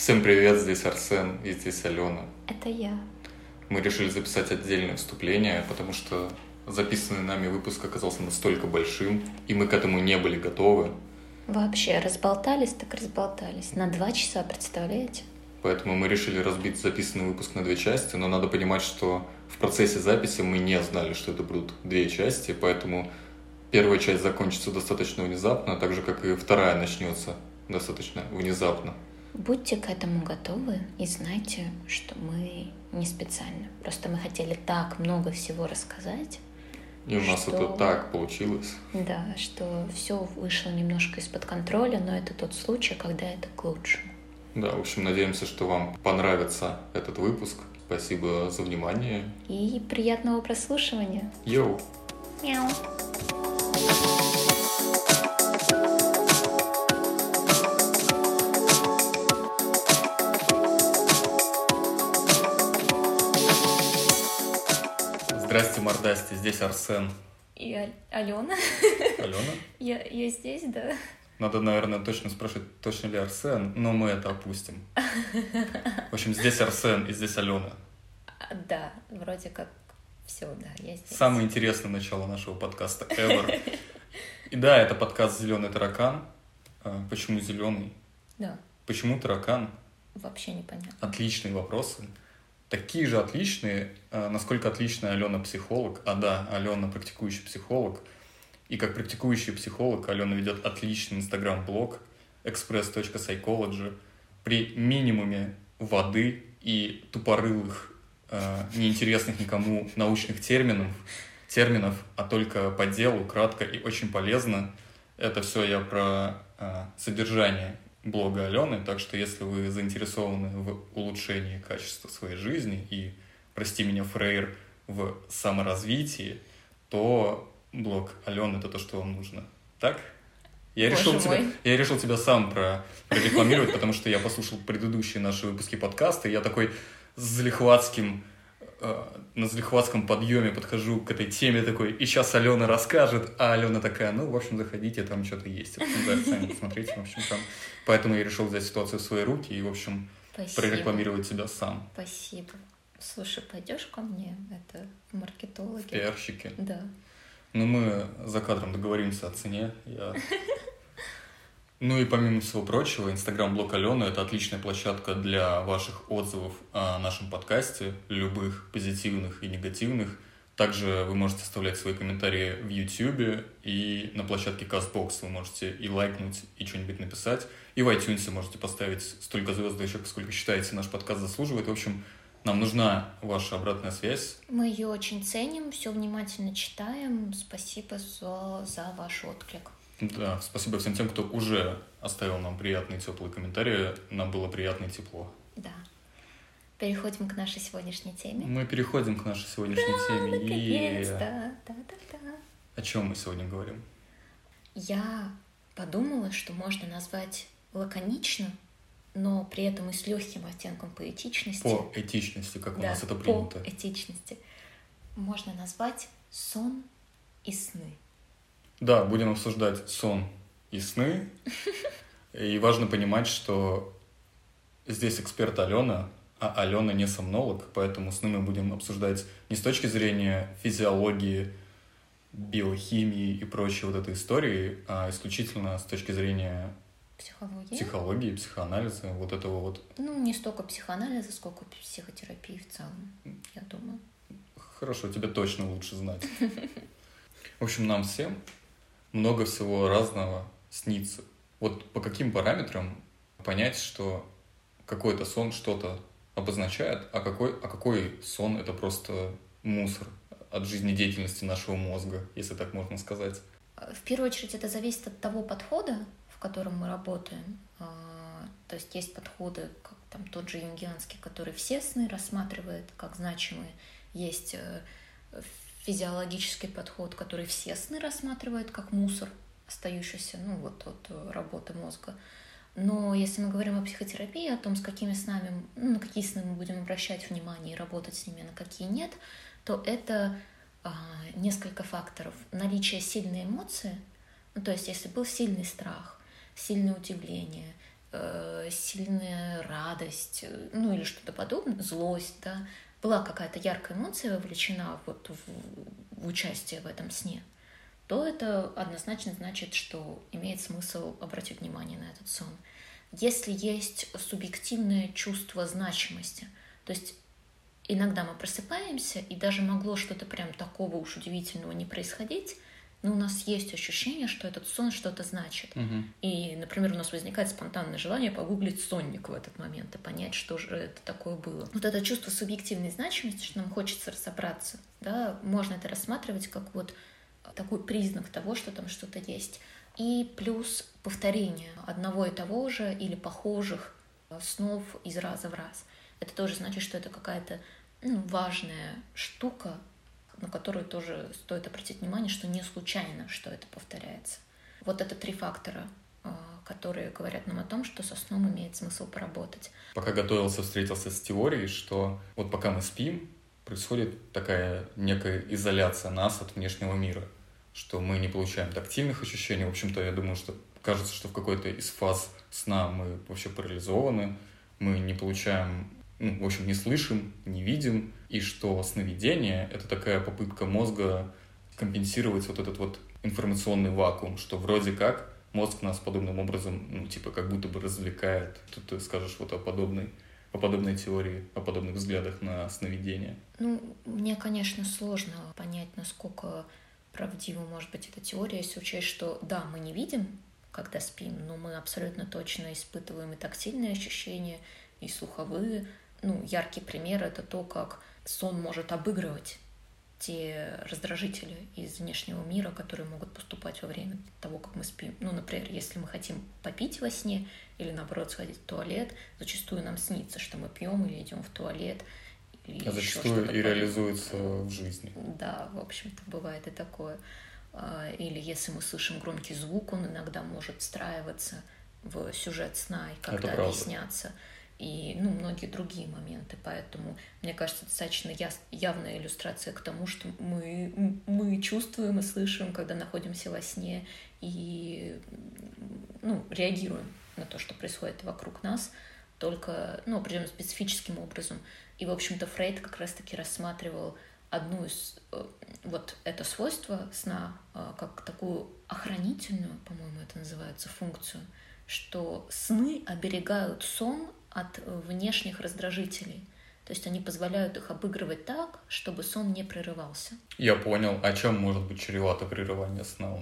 Всем привет, здесь Арсен и здесь Алена. Это я. Мы решили записать отдельное вступление, потому что записанный нами выпуск оказался настолько большим, и мы к этому не были готовы. Вообще, разболтались так разболтались. На 2 часа, представляете? Поэтому мы решили разбить записанный выпуск на 2 части, но надо понимать, что в процессе записи мы не знали, что это будут 2 части, поэтому первая часть закончится достаточно внезапно, так же, как и вторая начнется достаточно внезапно. Будьте к этому готовы и знайте, что мы не специально. Просто мы хотели так много всего рассказать. И у нас это так получилось. Да, что все вышло немножко из-под контроля, но это тот случай, когда это к лучшему. Да, в общем, надеемся, что вам понравится этот выпуск. Спасибо за внимание. И приятного прослушивания. Йоу! Мяу. Здрасте, мордасти, здесь Арсен. И Алена. Алена? Я здесь, да? Надо, наверное, точно спрашивать, точно ли Арсен, но мы это опустим. В общем, здесь Арсен и здесь Алена. Да, вроде как все, да, я здесь. Самое интересное начало нашего подкаста ever. И да, это подкаст «Зеленый таракан». Почему зеленый? Да. Почему таракан? Вообще непонятно. Отличные вопросы. Такие же отличные, насколько отличная Алена психолог. А да, Алена практикующий психолог. И как практикующий психолог Алена ведет отличный инстаграм-блог express.psychology при минимуме воды и тупорылых, неинтересных никому научных терминов, а только по делу, кратко и очень полезно. Это все я про содержание блога Алены, так что если вы заинтересованы в улучшении качества своей жизни и, прости меня, фрейр, в саморазвитии, то блог Алены — это то, что вам нужно. Так? Я решил тебя сам прорекламировать, потому что я послушал предыдущие наши выпуски подкаста, и я такой на залихватском подъеме подхожу к этой теме такой, и сейчас Алена расскажет, а Алена такая, в общем, заходите, там что-то есть. В общем, да, сами посмотрите, в общем, там. Поэтому я решил взять ситуацию в свои руки и, в общем, прорекламировать себя сам. Спасибо. Слушай, пойдешь ко мне, в маркетологи? В пиарщики? Да. Мы за кадром договоримся о цене. И помимо всего прочего, инстаграм-блог Алены — это отличная площадка для ваших отзывов о нашем подкасте, любых позитивных и негативных. Также вы можете оставлять свои комментарии в YouTube, и на площадке CastBox вы можете и лайкнуть, и что-нибудь написать. И в iTunes можете поставить столько звездочек, сколько считаете наш подкаст заслуживает. В общем, нам нужна ваша обратная связь. Мы ее очень ценим, все внимательно читаем. Спасибо за ваш отклик. Да, спасибо всем тем, кто уже оставил нам приятные теплые комментарии. Нам было приятно и тепло. Да. Переходим к нашей сегодняшней теме. Мы переходим к нашей сегодняшней теме. Наконец-то. О чем мы сегодня говорим? Я подумала, что можно назвать лаконично, но при этом и с легким оттенком поэтичности. По этичности, как у нас это принято. По этичности. Можно назвать сон и сны. Да, будем обсуждать сон и сны. И важно понимать, что здесь эксперт Алена, а Алена не сомнолог, поэтому сны мы будем обсуждать не с точки зрения физиологии, биохимии и прочей вот этой истории, а исключительно с точки зрения психологии, психоанализа, вот этого вот. Не столько психоанализа, сколько психотерапии в целом, я думаю. Хорошо, тебе точно лучше знать. В общем, нам всем много всего разного снится. Вот по каким параметрам понять, что какой-то сон что-то обозначает, а какой сон — это просто мусор от жизнедеятельности нашего мозга, если так можно сказать? В первую очередь это зависит от того подхода, в котором мы работаем. То есть подходы, как там тот же юнгианский, который все сны рассматривает как значимые. Есть физиологический подход, который все сны рассматривает как мусор, остающийся, от работы мозга. Но если мы говорим о психотерапии, о том, с какими снами, на какие сны мы будем обращать внимание и работать с ними, а на какие нет, то это несколько факторов. Наличие сильной эмоции, то есть если был сильный страх, сильное удивление, сильная радость, ну или что-то подобное, злость, да, была какая-то яркая эмоция вовлечена вот в участие в этом сне, то это однозначно значит, что имеет смысл обратить внимание на этот сон. Если есть субъективное чувство значимости, то есть иногда мы просыпаемся, и даже могло что-то прям такого уж удивительного не происходить, но у нас есть ощущение, что этот сон что-то значит. И, например, у нас возникает спонтанное желание погуглить сонник в этот момент и понять, что же это такое было. Вот это чувство субъективной значимости, что нам хочется разобраться, да, можно это рассматривать как вот такой признак того, что там что-то есть. И плюс повторение одного и того же или похожих снов из раза в раз. Это тоже значит, что это какая-то важная штука, на которую тоже стоит обратить внимание, что не случайно, что это повторяется. Вот это 3 фактора, которые говорят нам о том, что со сном имеет смысл поработать. Пока готовился, встретился с теорией, что вот пока мы спим, происходит такая некая изоляция нас от внешнего мира, что мы не получаем тактильных ощущений. В общем-то, я думаю, что кажется, что в какой-то из фаз сна мы вообще парализованы, мы не получаем, в общем, не слышим, не видим, и что сновидение — это такая попытка мозга компенсировать вот этот вот информационный вакуум, что вроде как мозг нас подобным образом, как будто бы развлекает. Тут ты скажешь вот о подобной теории, о подобных взглядах на сновидение. Мне, конечно, сложно понять, насколько правдива может быть эта теория, если учесть, что да, мы не видим, когда спим, но мы абсолютно точно испытываем и тактильные ощущения, и слуховые. Яркий пример — это то, как сон может обыгрывать те раздражители из внешнего мира, которые могут поступать во время того, как мы спим. Например, если мы хотим попить во сне или, наоборот, сходить в туалет, зачастую нам снится, что мы пьем или идем в туалет. Или зачастую и реализуется в жизни. Да, в общем-то, бывает и такое. Или если мы слышим громкий звук, он иногда может встраиваться в сюжет сна и как-то объясняться. И многие другие моменты. Поэтому, мне кажется, достаточно явная иллюстрация к тому, что мы чувствуем и слышим, когда находимся во сне, и реагируем на то, что происходит вокруг нас, только определенным специфическим образом. И, в общем-то, Фрейд как раз-таки рассматривал одну из вот это свойство сна как такую охранительную, по-моему, это называется, функцию, что сны оберегают сон от внешних раздражителей. То есть они позволяют их обыгрывать так, чтобы сон не прерывался. Я понял. А чем может быть чревато прерывание сна?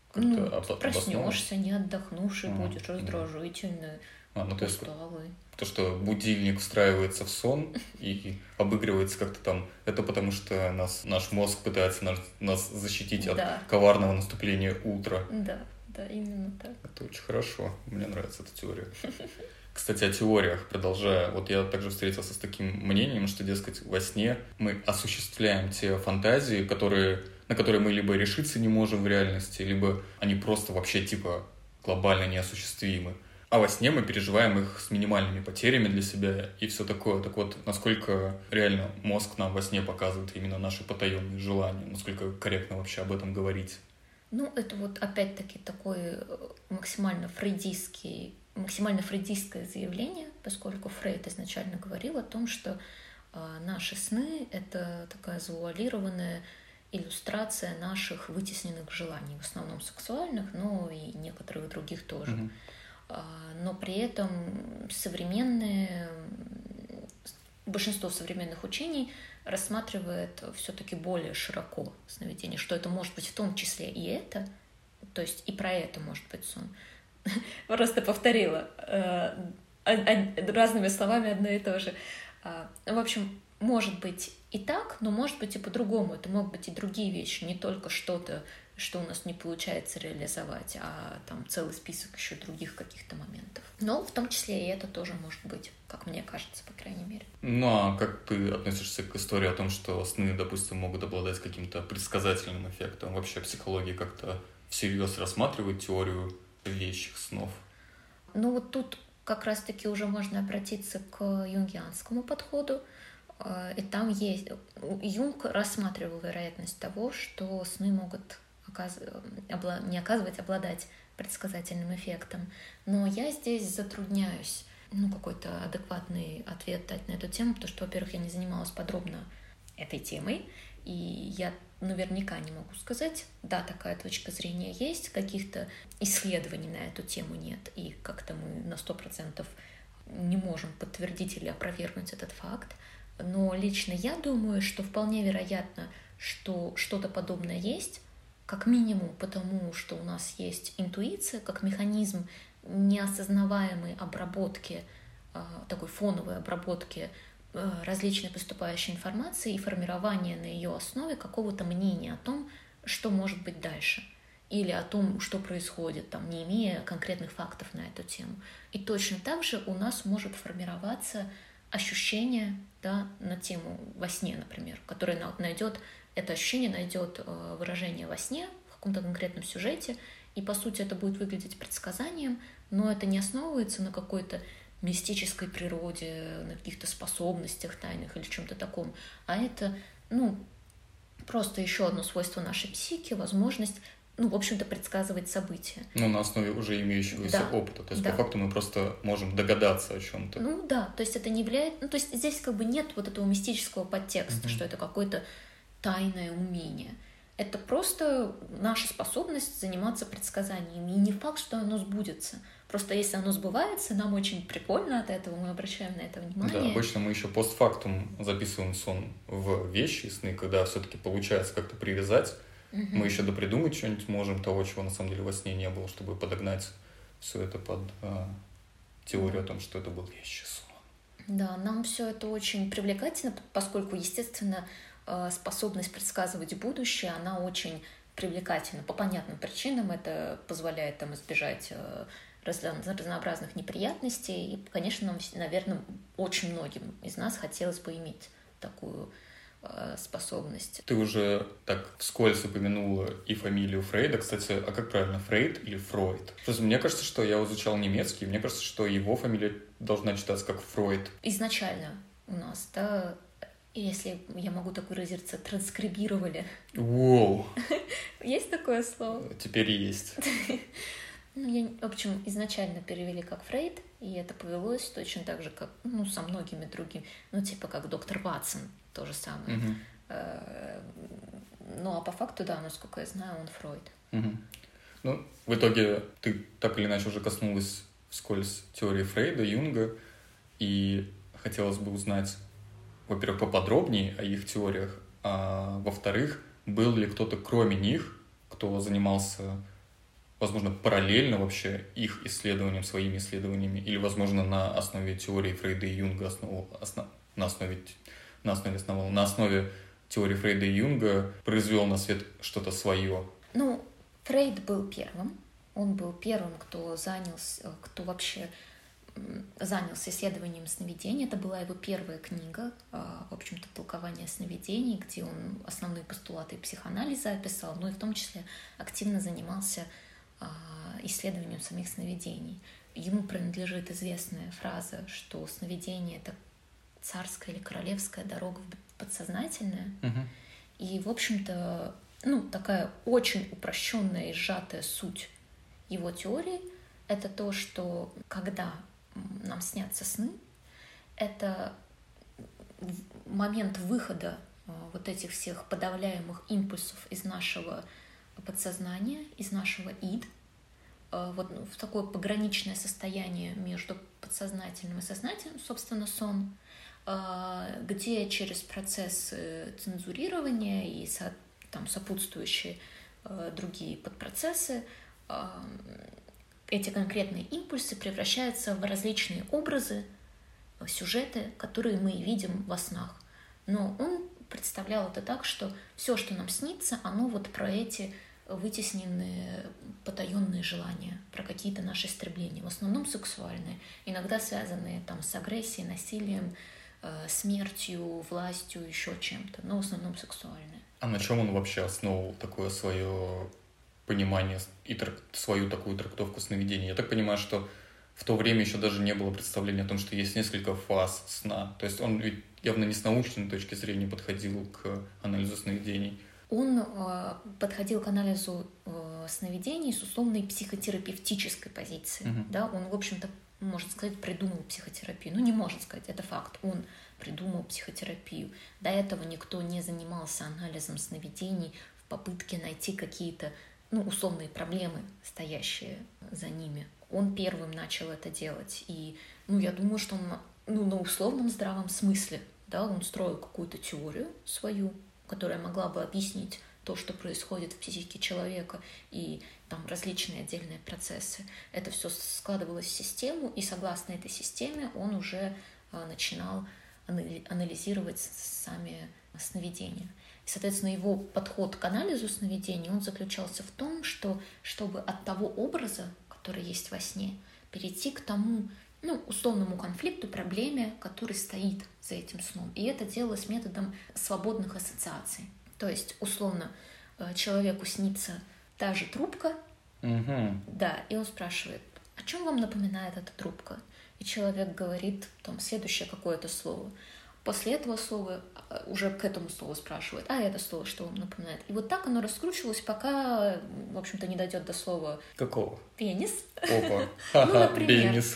Проснешься, не отдохнувший, будешь раздражительный, усталый. То, что будильник встраивается в сон и обыгрывается как-то там, это потому что наш мозг пытается нас защитить от коварного наступления утра. Да, именно так. Это очень хорошо. Мне нравится эта теория. Кстати, о теориях, продолжая, вот я также встретился с таким мнением, что, дескать, во сне мы осуществляем те фантазии, на которые мы либо решиться не можем в реальности, либо они просто вообще глобально неосуществимы. А во сне мы переживаем их с минимальными потерями для себя и все такое. Так вот, насколько реально мозг нам во сне показывает именно наши потаенные желания, насколько корректно вообще об этом говорить? Это вот опять-таки такой максимально фрейдистское заявление, поскольку Фрейд изначально говорил о том, что наши сны — это такая завуалированная иллюстрация наших вытесненных желаний, в основном сексуальных, но и некоторых других тоже. Но при этом большинство современных учений рассматривает все-таки более широко сновидение, что это может быть в том числе и это, то есть и про это может быть сон. Просто повторила разными словами одно и то же. В общем, может быть и так, но может быть и по-другому. Это могут быть и другие вещи, не только что-то, что у нас не получается реализовать, а там целый список еще других каких-то моментов. Но в том числе и это тоже может быть, как мне кажется, по крайней мере. А как ты относишься к истории о том, что сны, допустим, могут обладать каким-то предсказательным эффектом? Вообще психология как-то всерьез рассматривает теорию вещих снов? Вот тут как раз-таки уже можно обратиться к юнгианскому подходу. И там есть... Юнг рассматривал вероятность того, что сны могут не оказывать, обладать предсказательным эффектом. Но я здесь затрудняюсь какой-то адекватный ответ дать на эту тему, потому что, во-первых, я не занималась подробно этой темой, и я наверняка не могу сказать, да, такая точка зрения есть, каких-то исследований на эту тему нет, и как-то мы на 100% не можем подтвердить или опровергнуть этот факт. Но лично я думаю, что вполне вероятно, что что-то подобное есть, как минимум потому, что у нас есть интуиция как механизм неосознаваемой обработки, такой фоновой обработки различной поступающей информации и формирования на ее основе какого-то мнения о том, что может быть дальше, или о том, что происходит, там, не имея конкретных фактов на эту тему. И точно так же у нас может формироваться ощущение, да, на тему во сне, например, которое это ощущение найдет выражение во сне в каком-то конкретном сюжете, и по сути это будет выглядеть предсказанием, но это не основывается на какой-то мистической природе, на каких-то способностях тайных или чем-то таком, а это, просто еще одно свойство нашей психики, возможность, в общем-то, предсказывать события. На основе уже имеющегося опыта. То есть, по факту мы просто можем догадаться о чем-то. То есть это не является... то есть здесь нет вот этого мистического подтекста, что это какое-то тайное умение. Это просто наша способность заниматься предсказаниями. И не факт, что оно сбудется. Просто если оно сбывается, нам очень прикольно от этого, мы обращаем на это внимание. Да, обычно мы еще постфактум записываем сон в вещи сны, когда все-таки получается как-то привязать. Мы еще допридумать что-нибудь можем того, чего на самом деле во сне не было, чтобы подогнать все это под теорию о том, что это был вещий сон. Да, нам все это очень привлекательно, поскольку, естественно, способность предсказывать будущее, она очень привлекательна. По понятным причинам это позволяет избежать разнообразных неприятностей. И, конечно, наверное, очень многим из нас хотелось бы иметь такую способность. Ты уже так вскользь упомянула и фамилию Фрейда. Кстати, а как правильно, Фрейд или Фройд? Просто мне кажется, что я изучал немецкий, мне кажется, что его фамилия должна читаться как Фройд. Изначально у нас, да, если я могу так выразиться, транскрибировали. Воу! Есть такое слово? Теперь есть. В общем, изначально перевели как Фрейд, и это повелось точно так же, как со многими другими. Типа как доктор Ватсон, то же самое. А по факту, да, насколько я знаю, он Фройд. В итоге ты так или иначе уже коснулась вскользь теории Фрейда, Юнга, и хотелось бы узнать, во-первых, поподробнее о их теориях, а во-вторых, был ли кто-то кроме них, кто занимался, возможно, параллельно вообще их исследованиям, своими исследованиями, или, возможно, на основе теории Фрейда и Юнга на основе теории Фрейда и Юнга произвел на свет что-то свое. Фрейд был первым. Он был первым, кто вообще занялся исследованием сновидений. Это была его первая книга, в общем-то, толкование сновидений, где он основные постулаты психоанализа описал, и в том числе активно занимался исследованием самих сновидений. Ему принадлежит известная фраза, что сновидение — это царская или королевская дорога в подсознательное. И, в общем-то, такая очень упрощенная и сжатая суть его теории — это то, что когда нам снятся сны, это момент выхода вот этих всех подавляемых импульсов из нашего подсознания, из нашего ид, в такое пограничное состояние между подсознательным и сознательным, собственно, сон, где через процессы цензурирования и сопутствующие другие подпроцессы эти конкретные импульсы превращаются в различные образы, сюжеты, которые мы видим во снах. Но он представлял это так, что все, что нам снится, оно про эти вытесненные потаенные желания, про какие-то наши стремления, в основном сексуальные, иногда связанные с агрессией, насилием, смертью, властью, еще чем-то, но в основном сексуальные. А на чем он вообще основывал такое свое понимание и свою такую трактовку сновидений? Я так понимаю, что в то время еще даже не было представления о том, что есть несколько фаз сна. То есть он ведь явно не с научной точки зрения подходил к анализу сновидений. Он подходил к анализу сновидений с условной психотерапевтической позиции. Да? Он, в общем-то, можно сказать, придумал психотерапию. Ну, не может сказать, это факт. Он придумал психотерапию. До этого никто не занимался анализом сновидений в попытке найти какие-то, ну, условные проблемы, стоящие за ними. Он первым начал это делать. И, ну, я думаю, что он, ну, на условном здравом смысле, да, он строил какую-то теорию свою, которая могла бы объяснить то, что происходит в психике человека, и там различные отдельные процессы. Это все складывалось в систему, и согласно этой системе он уже начинал анализировать сами сновидения. И, соответственно, его подход к анализу сновидений, он заключался в том, что чтобы от того образа, который есть во сне, перейти к тому, ну, условному конфликту, проблеме, который стоит за этим сном. И это делалось методом свободных ассоциаций. То есть, условно, человеку снится та же трубка, да, и он спрашивает, о чем вам напоминает эта трубка? И человек говорит там следующее какое-то слово. После этого слова уже к этому слову спрашивают, а это слово что вам напоминает? И вот так оно раскручивалось, пока, в общем-то, не дойдет до слова... Какого? Пенис. Опа. Ну, например. Пенис.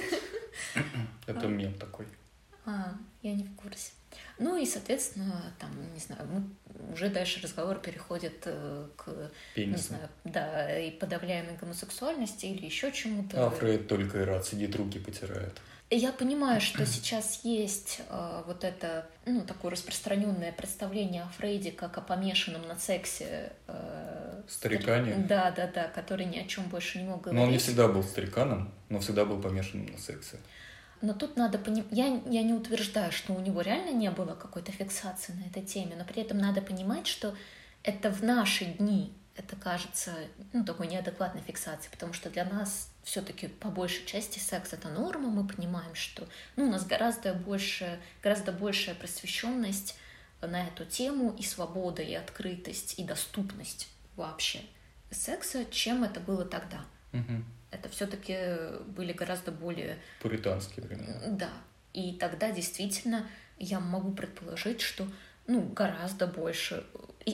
Это мем такой. Я не в курсе. Ну и, соответственно, там, не знаю, уже дальше разговор переходит к, пенису. Не знаю, да, и подавляемой гомосексуальности или еще чему-то. А Фрейд только и рад сидит, руки потирает. Я понимаю, что сейчас есть вот это, ну, такое распространенное представление о Фрейде как о помешанном на сексе старикане. Да, который ни о чем больше не мог говорить. Но он не всегда был стариканом, но всегда был помешанным на сексе. Но тут надо понимать, я не утверждаю, что у него реально не было какой-то фиксации на этой теме, но при этом надо понимать, что это в наши дни, это кажется, ну, такой неадекватной фиксацией, потому что для нас все-таки по большей части секс — это норма, мы понимаем, что, ну, у нас гораздо большая просвещенность на эту тему, и свобода, и открытость, и доступность вообще секса, чем это было тогда. Это все-таки были гораздо более... Пуританские времена. Да. И тогда действительно я могу предположить, что, ну, гораздо больше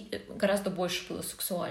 было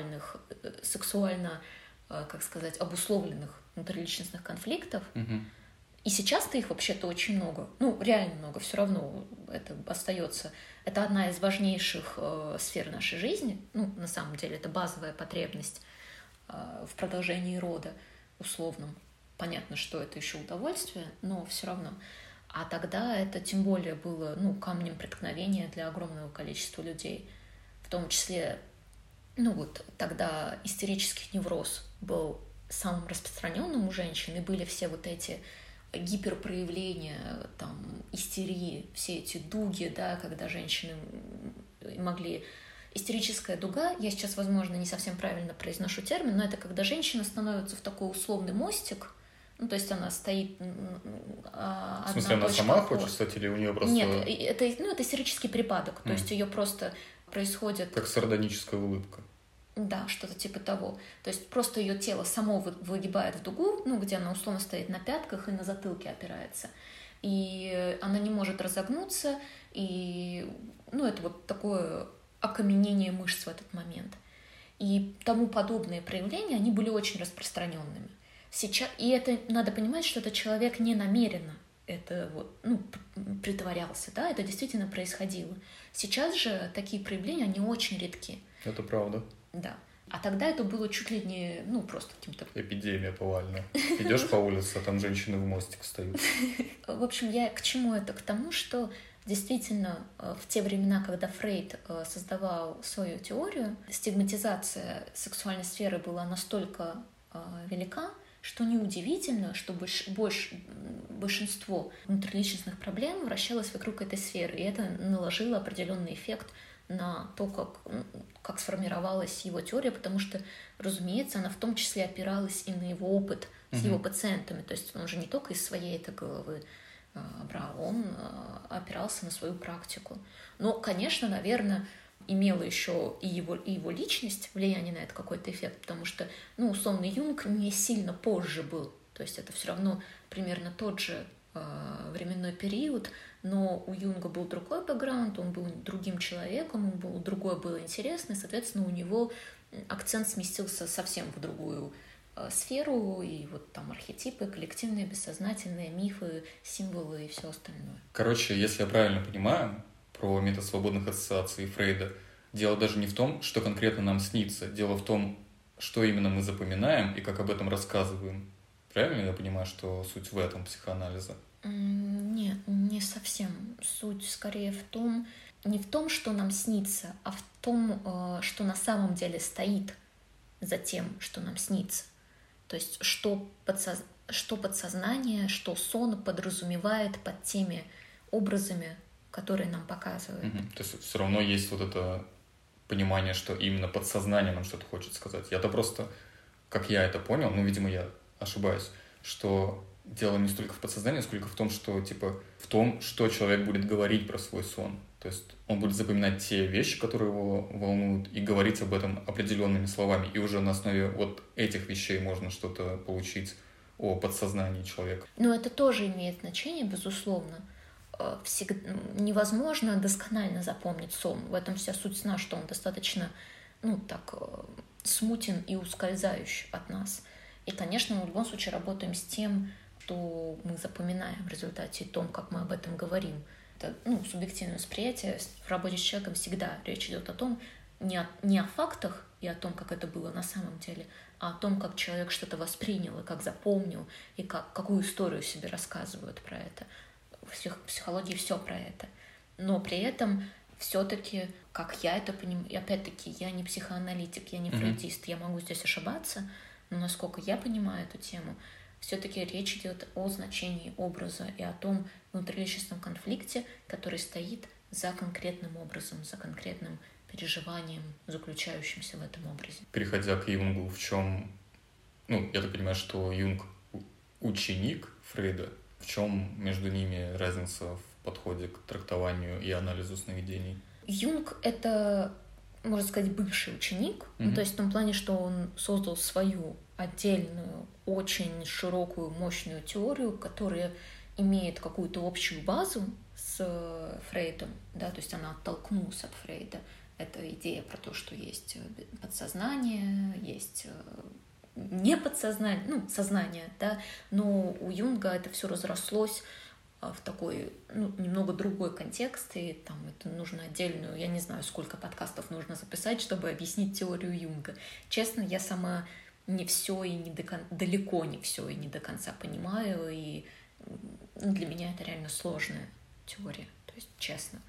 сексуально, как сказать, обусловленных внутриличностных конфликтов. И сейчас-то их вообще-то очень много. Ну, реально много. Все равно это остается. Это одна из важнейших сфер нашей жизни. Ну, на самом деле, это базовая потребность в продолжении рода. Условном. Понятно, что это еще удовольствие, но все равно. А тогда это тем более было, ну, камнем преткновения для огромного количества людей. В том числе, ну вот, тогда истерический невроз был самым распространенным у женщин, и были все вот эти гиперпроявления, там, истерии, все эти дуги, да, когда женщины могли... Истерическая дуга, я сейчас, возможно, не совсем правильно произношу термин, но это когда женщина становится в такой условный мостик, ну, то есть она стоит... В смысле, она сама хочет стать, или у нее просто... Нет, это истерический припадок, то есть ее просто происходит... Как сардоническая улыбка. Да, что-то типа того. То есть просто ее тело само выгибает в дугу, ну, где она условно стоит на пятках и на затылке опирается. И она не может разогнуться, и, ну, это вот такое... окаменение мышц в этот момент. И тому подобные проявления, они были очень распространенными. Сейчас, и это надо понимать, что этот человек не намеренно это вот, ну, притворялся, да, это действительно происходило. Сейчас же такие проявления, они очень редки. Это правда. Да. А тогда это было чуть ли не, ну, просто каким-то... Эпидемия повальная. Идешь по улице, а там женщины в мостик встают. В общем, я к чему это? К тому, что действительно, в те времена, когда Фрейд создавал свою теорию, стигматизация сексуальной сферы была настолько велика, что неудивительно, что большинство внутриличностных проблем вращалось вокруг этой сферы, и это наложило определенный эффект на то, как сформировалась его теория, потому что, разумеется, она в том числе опиралась и на его опыт с его пациентами, то есть он же не только из своей этой головы брал, он опирался на свою практику. Но, конечно, наверное, имела еще и его личность влияние на это какой-то эффект, потому что, ну, условно, Юнг не сильно позже был, то есть это все равно примерно тот же временной период, но у Юнга был другой бэкграунд, он был другим человеком, он был другой, был интересный, соответственно, у него акцент сместился совсем в другую сферу, и вот там архетипы, коллективные, бессознательные, мифы, символы и все остальное. Короче, если я правильно понимаю про метод свободных ассоциаций Фрейда, дело даже не в том, что конкретно нам снится, дело в том, что именно мы запоминаем и как об этом рассказываем. Правильно я понимаю, что суть в этом психоанализа? Нет, не совсем. Суть скорее в том, не в том, что нам снится, а в том, что на самом деле стоит за тем, что нам снится. То есть что подсознание, что сон подразумевает под теми образами, которые нам показывают. То есть все равно есть вот это понимание, что именно подсознание нам что-то хочет сказать. Я-то просто, как я это понял, видимо, я ошибаюсь, что дело не столько в подсознании, сколько в том, что, в том, что человек будет говорить про свой сон. То есть он будет запоминать те вещи, которые его волнуют, и говорить об этом определенными словами. И уже на основе вот этих вещей можно что-то получить о подсознании человека. Но это тоже имеет значение, безусловно. Невозможно досконально запомнить сон. В этом вся суть сна, что он достаточно, смутен и ускользающий от нас. И, конечно, мы в любом случае работаем с тем, что мы запоминаем в результате том, как мы об этом говорим. Это, субъективное восприятие. В работе с человеком всегда речь идет о том, не о фактах и о том, как это было на самом деле, а о том, как человек что-то воспринял и как запомнил, и какую историю себе рассказывают про это. В психологии все про это. Но при этом все-таки, как я это понимаю, и опять-таки я не психоаналитик, я не фрейдист, я могу здесь ошибаться, но насколько я понимаю эту тему, все-таки речь идет о значении образа и о том внутриличностном конфликте, который стоит за конкретным образом, за конкретным переживанием, заключающимся в этом образе. Переходя к Юнгу, в чем, я так понимаю, что Юнг ученик Фрейда, в чем между ними разница в подходе к трактованию и анализу сновидений? Юнг — это, можно сказать, бывший ученик, то есть в том плане, что он создал свою отдельную, очень широкую, мощную теорию, которая имеет какую-то общую базу с Фрейдом, да, то есть она оттолкнулась от Фрейда. Это идея про то, что есть подсознание, есть не подсознание, сознание, да, но у Юнга это все разрослось в такой, немного другой контекст, и там это нужно отдельную, я не знаю, сколько подкастов нужно записать, чтобы объяснить теорию Юнга. Честно, я сама не все и далеко не все и не до конца понимаю, и для меня это реально сложная теория, то есть честно.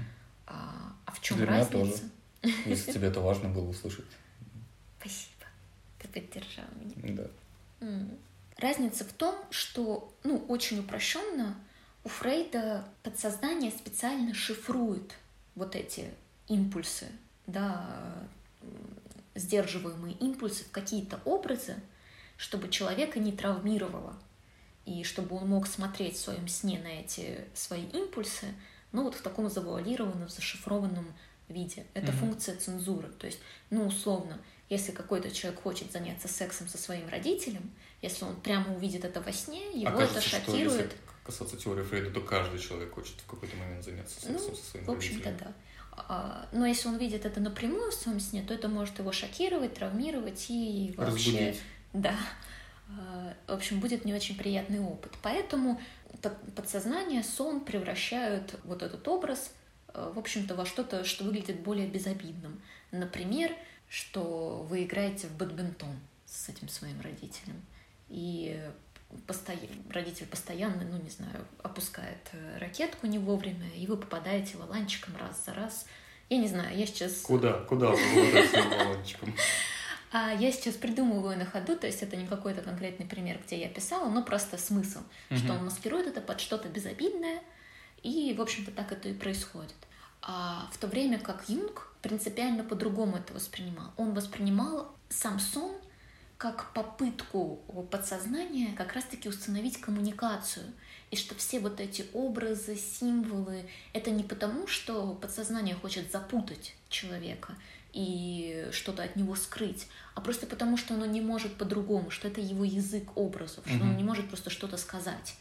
А в чем для разница? Меня тоже, если тебе это важно было услышать. Спасибо, ты поддержал меня. Да. Разница в том, что, очень упрощенно, у Фрейда подсознание специально шифрует вот эти импульсы, да, сдерживаемые импульсы в какие-то образы, чтобы человека не травмировало, и чтобы он мог смотреть в своем сне на эти свои импульсы, в таком завуалированном, зашифрованном виде. Это функция цензуры. То есть, условно, если какой-то человек хочет заняться сексом со своим родителем, если он прямо увидит это во сне, его это шокирует. Что, если касаться теории Фрейда, то каждый человек хочет в какой-то момент заняться сексом со своим родителем. В общем-то, да. Но если он видит это напрямую в своем сне, то это может его шокировать, травмировать и вообще... Разбудить. Да. В общем, будет не очень приятный опыт. Поэтому подсознание, сон превращают вот этот образ, в общем-то, во что-то, что выглядит более безобидным. Например, что вы играете в бадминтон с этим своим родителем, и родитель постоянно, опускает ракетку не вовремя, и вы попадаете валанчиком раз за раз. Я не знаю, я сейчас... Куда вы попадаете валанчиком? Я сейчас придумываю на ходу, то есть это не какой-то конкретный пример, где я писала, но просто смысл, что он маскирует это под что-то безобидное, и, в общем-то, так это и происходит. А в то время как Юнг принципиально по-другому это воспринимал. Он воспринимал сам сон как попытку подсознания как раз-таки установить коммуникацию, и что все вот эти образы, символы, это не потому, что подсознание хочет запутать человека и что-то от него скрыть, а просто потому, что оно не может по-другому, что это его язык образов, что он не может просто что-то сказать.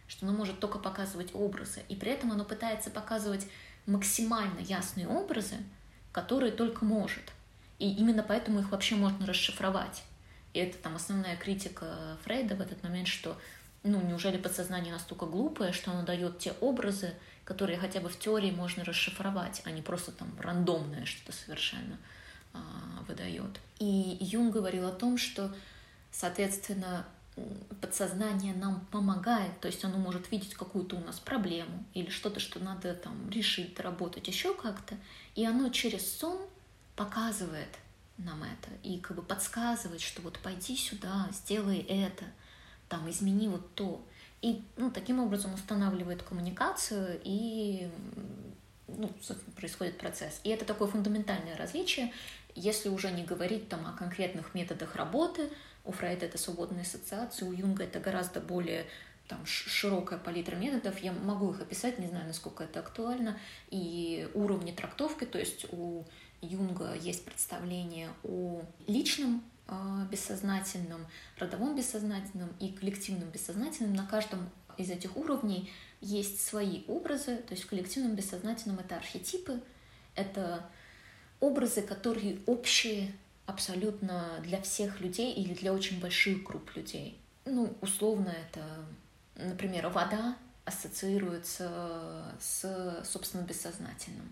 что оно может только показывать образы, и при этом оно пытается показывать максимально ясные образы, которые только может. И именно поэтому их вообще можно расшифровать. И это там основная критика Фрейда в этот момент, что неужели подсознание настолько глупое, что оно дает те образы, которые хотя бы в теории можно расшифровать, а не просто там рандомное что-то совершенно выдает. И Юнг говорил о том, что, соответственно, подсознание нам помогает, то есть оно может видеть какую-то у нас проблему или что-то, что надо там решить, доработать еще как-то, и оно через сон показывает нам это и как бы подсказывает, что вот пойди сюда, сделай это, там измени вот то. И таким образом устанавливает коммуникацию, и происходит процесс. И это такое фундаментальное различие, если уже не говорить там о конкретных методах работы. У Фрейда это свободная ассоциация, у Юнга это гораздо более там широкая палитра методов. Я могу их описать, не знаю, насколько это актуально. И уровни трактовки, то есть у Юнга есть представление о личном бессознательном, родовом бессознательном и коллективном бессознательном. На каждом из этих уровней есть свои образы, то есть в коллективном бессознательном это архетипы, это образы, которые общие абсолютно для всех людей или для очень больших групп людей. Условно это, например, вода ассоциируется с, собственно, бессознательным,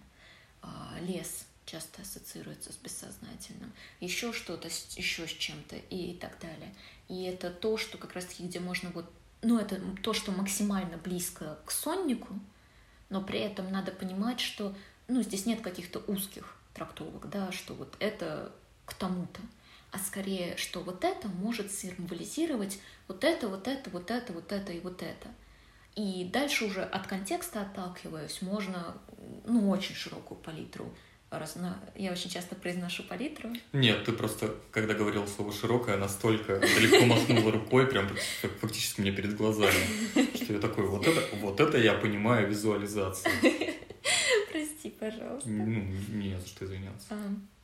лес часто ассоциируется с бессознательным, еще что-то, еще с чем-то и так далее. И это то, что как раз-таки, где можно это то, что максимально близко к соннику, но при этом надо понимать, что, здесь нет каких-то узких трактовок, да, что вот это к тому-то, а скорее, что вот это может символизировать вот это, вот это, вот это, вот это и вот это. И дальше уже от контекста отталкиваясь, можно, очень широкую палитру. Я очень часто произношу палитру. Нет, ты просто, когда говорила слово «широкое», настолько далеко махнула рукой, прям фактически мне перед глазами, что я такой, вот это я понимаю визуализацию. Прости, пожалуйста. Не за что извиняться.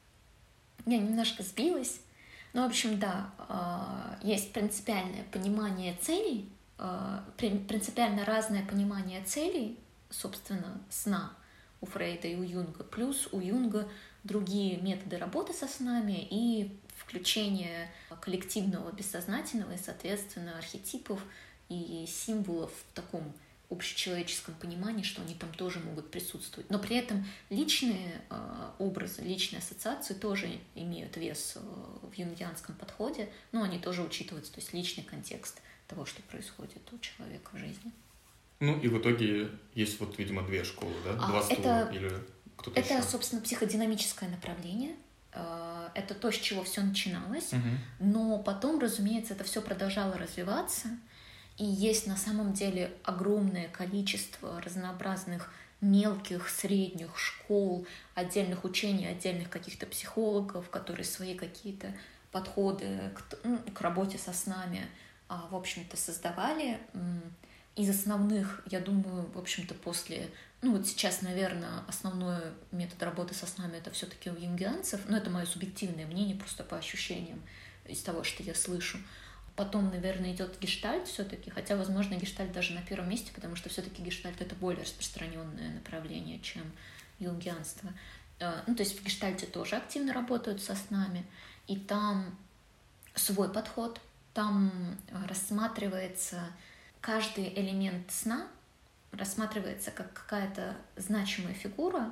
Я немножко сбилась. В общем, да, есть принципиальное понимание целей, принципиально разное понимание целей, собственно, сна у Фрейда и у Юнга, плюс у Юнга другие методы работы со снами и включение коллективного бессознательного и, соответственно, архетипов и символов в таком общечеловеческом понимании, что они там тоже могут присутствовать. Но при этом личные образы, личные ассоциации тоже имеют вес в юнгианском подходе, но они тоже учитываются, то есть личный контекст того, что происходит у человека в жизни. И в итоге есть видимо, две школы, да? Два стула или кто-то еще? Это, собственно, психодинамическое направление. Это то, с чего все начиналось. Но потом, разумеется, это все продолжало развиваться. И есть на самом деле огромное количество разнообразных мелких, средних школ, отдельных учений, отдельных каких-то психологов, которые свои какие-то подходы к работе со снами, в общем-то, создавали. Из основных, я думаю, в общем-то, после... сейчас, наверное, основной метод работы со снами это все-таки у юнгианцев, но это мое субъективное мнение, просто по ощущениям из того, что я слышу. Потом, наверное, идет гештальт все-таки, хотя, возможно, гештальт даже на первом месте, потому что все-таки гештальт это более распространенное направление, чем юнгианство. То есть в гештальте тоже активно работают со снами, и там свой подход, там рассматривается каждый элемент сна, рассматривается как какая-то значимая фигура,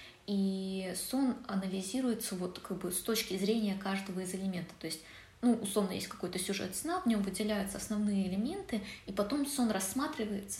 и сон анализируется с точки зрения каждого из элементов. То есть условно, есть какой-то сюжет сна, в нем выделяются основные элементы, и потом сон рассматривается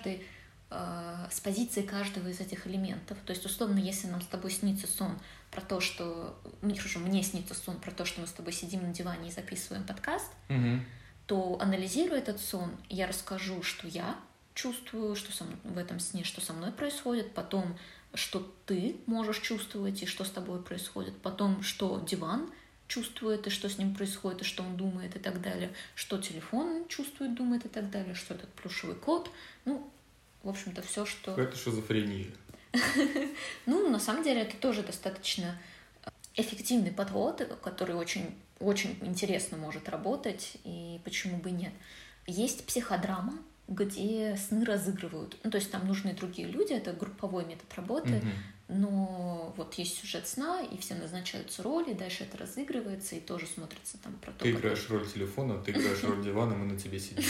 с позиции каждого из этих элементов. То есть, условно, если нам с тобой снится сон про то, что... Мне снится сон про то, что мы с тобой сидим на диване и записываем подкаст, то, анализируя этот сон, я расскажу, что я чувствую, что в этом сне, что со мной происходит, потом, что ты можешь чувствовать и что с тобой происходит, потом, что диван чувствует, и что с ним происходит, и что он думает, и так далее, что телефон чувствует, думает, и так далее, что этот плюшевый кот. В общем-то, все, что... Это шизофрения. На самом деле, это тоже достаточно эффективный подход, который очень, очень интересно может работать, и почему бы нет. Есть психодрама, где сны разыгрывают. Ну, то есть там нужны другие люди, это групповой метод работы, но вот есть сюжет сна, и все назначаются роли, дальше это разыгрывается, и тоже смотрится там про то, Ты играешь роль телефона, ты играешь роль дивана, мы на тебе сидим.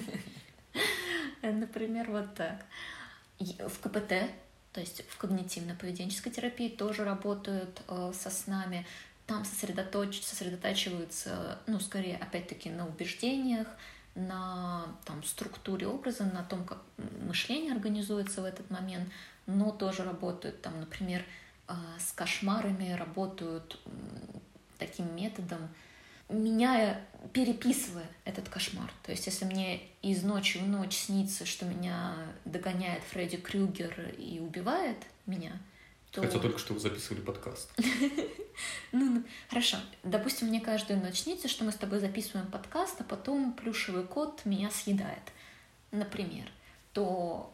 Например, вот так. В КПТ, то есть в когнитивно-поведенческой терапии, тоже работают со снами. Там сосредотачиваются, ну, скорее, опять-таки, на убеждениях, на там, структуре образа, на том, как мышление организуется в этот момент, но тоже работают, там, например, с кошмарами, работают таким методом, переписывая этот кошмар. То есть если мне из ночи в ночь снится, что меня догоняет Фредди Крюгер и убивает меня, то... Хотя только что вы записывали подкаст. Ну, хорошо. Допустим, мне каждую ночь снится, что мы с тобой записываем подкаст, а потом плюшевый кот меня съедает, например. То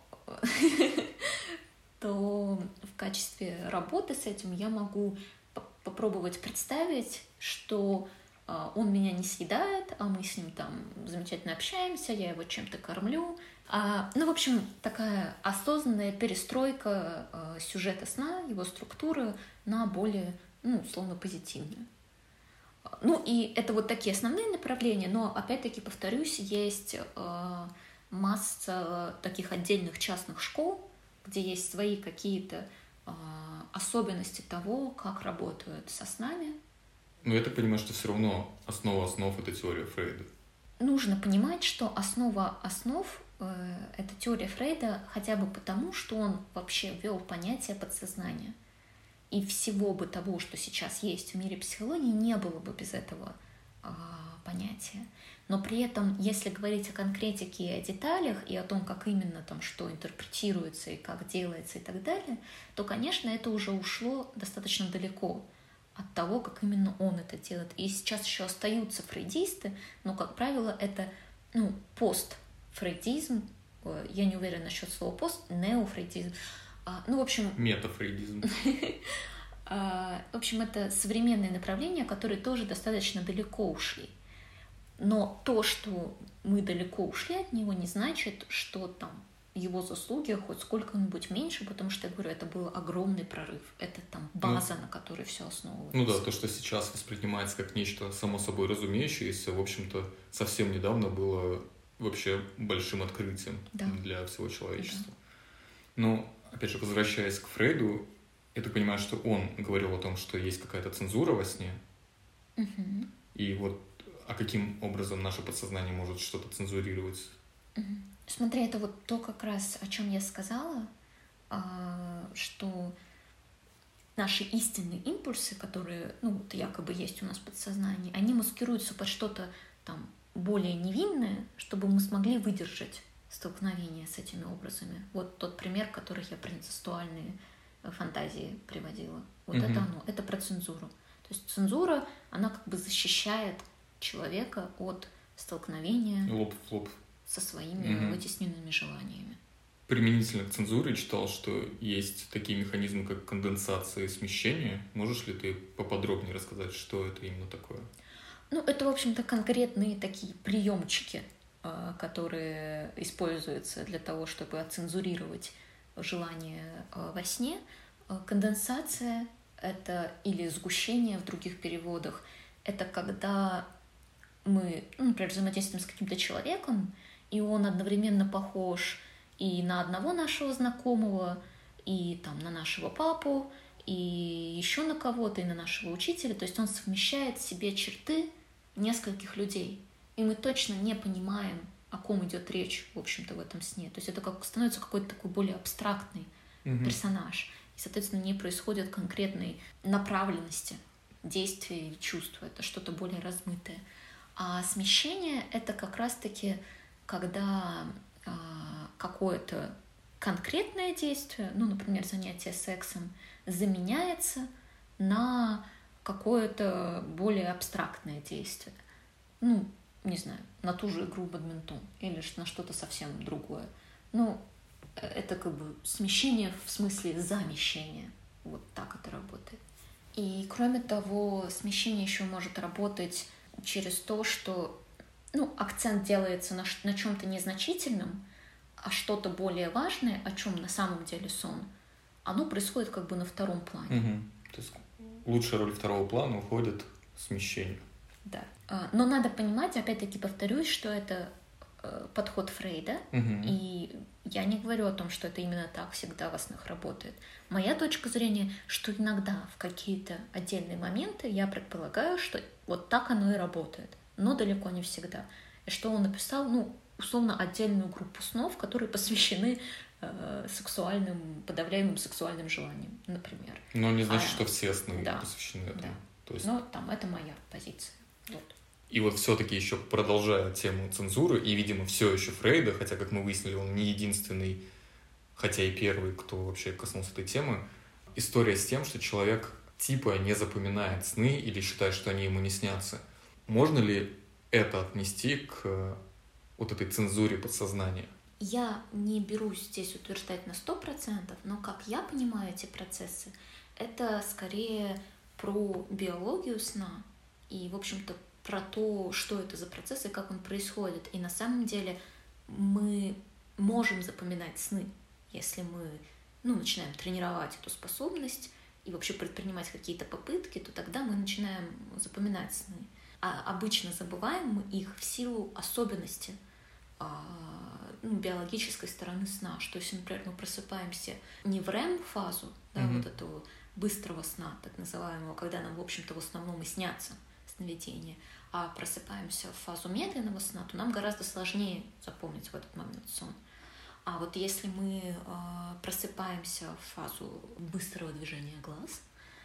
в качестве работы с этим я могу попробовать представить, что он меня не съедает, а мы с ним там замечательно общаемся, я его чем-то кормлю. Ну, в общем, такая осознанная перестройка сюжета сна, его структуры на более, ну, условно, позитивную. Ну, и это вот такие основные направления, но, опять-таки, повторюсь, есть масса таких отдельных частных школ, где есть свои какие-то особенности того, как работают со снами. Но я так понимаю, что все равно основа основ — это теория Фрейда. Нужно понимать, что основа основ — это теория Фрейда хотя бы потому, что он вообще ввел понятие подсознания. И всего бы того, что сейчас есть в мире психологии, не было бы без этого понятия. Но при этом, если говорить о конкретике и о деталях, и о том, как именно там что интерпретируется и как делается и так далее, то, конечно, это уже ушло достаточно далеко от того, как именно он это делает. И сейчас еще остаются фрейдисты, но, как правило, это постфрейдизм. Я не уверена насчет слова пост, неофрейдизм. В общем... Метафрейдизм. В общем, это современные направления, которые тоже достаточно далеко ушли. Но то, что мы далеко ушли от него, не значит, что там его заслуги хоть сколько-нибудь меньше, потому что, я говорю, это был огромный прорыв. Это там база, на которой все основывается. Ну да, то, что сейчас воспринимается как нечто само собой разумеющееся, в общем-то, совсем недавно было вообще большим открытием для всего человечества. Да. Но, опять же, возвращаясь к Фрейду, я так понимаю, что он говорил о том, что есть какая-то цензура во сне. Угу. И вот, а каким образом наше подсознание может что-то цензурировать? Угу. Смотри, это вот то как раз, о чем я сказала, что наши истинные импульсы, которые, якобы есть у нас в подсознании, они маскируются под что-то там более невинное, чтобы мы смогли выдержать столкновение с этими образами. Вот тот пример, который я про инцестуальные фантазии приводила. Вот это оно, это про цензуру. То есть цензура, она как бы защищает человека от столкновения лоб в лоб со своими вытесненными желаниями. Применительно к цензуре читал, что есть такие механизмы, как конденсация и смещение. Можешь ли ты поподробнее рассказать, что это именно такое? Это, в общем-то, конкретные такие приемчики, которые используются для того, чтобы оцензурировать желание во сне. Конденсация — это или сгущение в других переводах. Это когда мы, например, взаимодействуем с каким-то человеком, и он одновременно похож и на одного нашего знакомого, и там на нашего папу, и еще на кого-то, и на нашего учителя. То есть он совмещает в себе черты нескольких людей. И мы точно не понимаем, о ком идет речь, в общем-то, в этом сне. То есть это становится какой-то такой более абстрактный персонаж. И, соответственно, не происходит конкретной направленности действия или чувства. Это что-то более размытое. А смещение — это как раз-таки, когда какое-то конкретное действие, например, занятие сексом, заменяется на какое-то более абстрактное действие. Не знаю, на ту же игру в бадминтон или на что-то совсем другое. Это как бы смещение в смысле замещения. Вот так это работает. И кроме того, смещение еще может работать через то, что акцент делается на чем-то незначительном, а что-то более важное, о чем на самом деле сон, оно происходит как бы на втором плане. Угу. То есть лучшая роль второго плана уходит смещению. Да. Но надо понимать, опять-таки повторюсь, что это подход Фрейда, и я не говорю о том, что это именно так всегда во снах работает. Моя точка зрения, что иногда в какие-то отдельные моменты я предполагаю, что вот так оно и работает, но далеко не всегда. И что он написал, условно, отдельную группу снов, которые посвящены подавляемым сексуальным желаниям, например. Но не значит, что все сны посвящены этому. Да. То есть... Но это моя позиция. Вот. И вот все-таки еще продолжая тему цензуры, и, видимо, все еще Фрейда, хотя, как мы выяснили, он не единственный, хотя и первый, кто вообще коснулся этой темы, история с тем, что человек типа не запоминает сны или считает, что они ему не снятся. Можно ли это отнести к вот этой цензуре подсознания? Я не берусь здесь утверждать на 100%, но как я понимаю эти процессы, это скорее про биологию сна и, в общем-то, про то, что это за процесс и как он происходит. И на самом деле мы можем запоминать сны, если мы начинаем тренировать эту способность и вообще предпринимать какие-то попытки, то тогда мы начинаем запоминать сны. А обычно забываем мы их в силу особенности биологической стороны сна. Что если, например, мы просыпаемся не в REM-фазу, вот этого быстрого сна, так называемого, когда нам, в общем-то, в основном и снятся сновидения, а просыпаемся в фазу медленного сна, то нам гораздо сложнее запомнить в этот момент сон. А вот если мы просыпаемся в фазу быстрого движения глаз,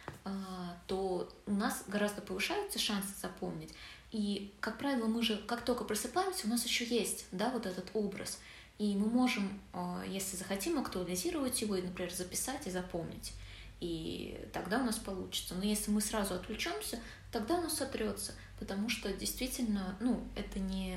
то у нас гораздо повышаются шансы запомнить. И, как правило, мы же, как только просыпаемся, у нас еще есть, вот этот образ. И мы можем, если захотим, актуализировать его и, например, записать и запомнить. И тогда у нас получится. Но если мы сразу отвлечемся, тогда оно сотрется, потому что действительно, это не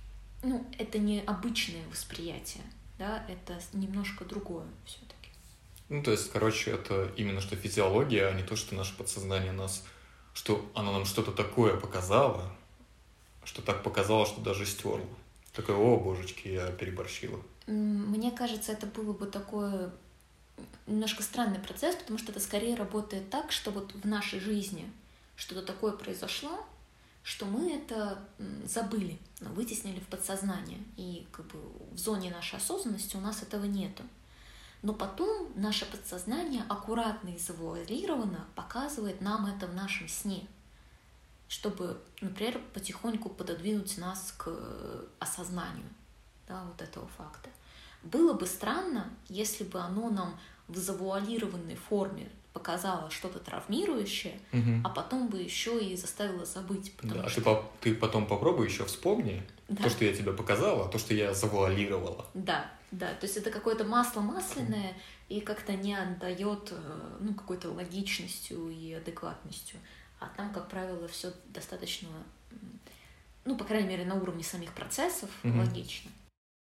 обычное восприятие, это немножко другое все-таки. То есть, это именно что физиология, а не то, что наше подсознание что оно нам что-то такое показало, что так показало, что даже стерло. Такое, о, божечки, я переборщила. Мне кажется, это было бы такое немножко странный процесс, потому что это скорее работает так, что вот в нашей жизни что-то такое произошло, что мы это забыли, вытеснили в подсознание. И как бы в зоне нашей осознанности у нас этого нету. Но потом наше подсознание аккуратно и завуалированно показывает нам это в нашем сне, чтобы, например, потихоньку пододвинуть нас к осознанию вот этого факта. Было бы странно, если бы оно нам в завуалированной форме показало что-то травмирующее, а потом бы еще и заставило забыть. Ты потом попробуй еще вспомни то, что я тебе показала, то, что я завуалировала. Да, то есть это какое-то масло масляное и как-то не отдает какой-то логичностью и адекватностью. А там, как правило, все достаточно, по крайней мере, на уровне самих процессов логично.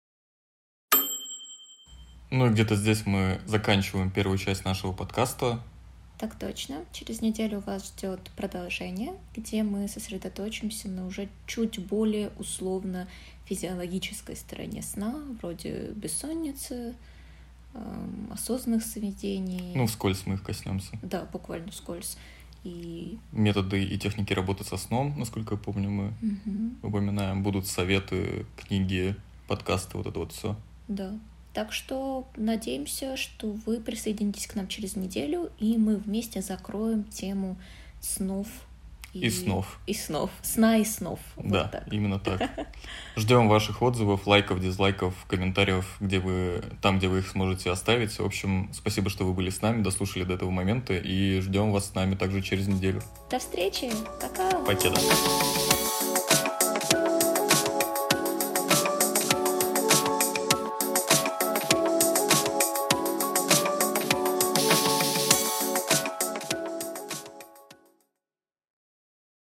Где-то здесь мы заканчиваем первую часть нашего подкаста. Так точно. Через неделю вас ждет продолжение, где мы сосредоточимся на уже чуть более условно физиологической стороне сна, вроде бессонницы, осознанных сновидений. Вскользь мы их коснемся. Да, буквально вскользь. И методы и техники работы со сном, насколько я помню, мы упоминаем. Будут советы, книги, подкасты, вот это вот все. Да. Так что надеемся, что вы присоединитесь к нам через неделю, и мы вместе закроем тему снов. И снов. Сна и снов. Да, вот так. Именно так. Ждем ваших отзывов, лайков, дизлайков, комментариев, где вы их сможете оставить. В общем, спасибо, что вы были с нами, дослушали до этого момента, и ждем вас с нами также через неделю. До встречи. Пока. Покеда.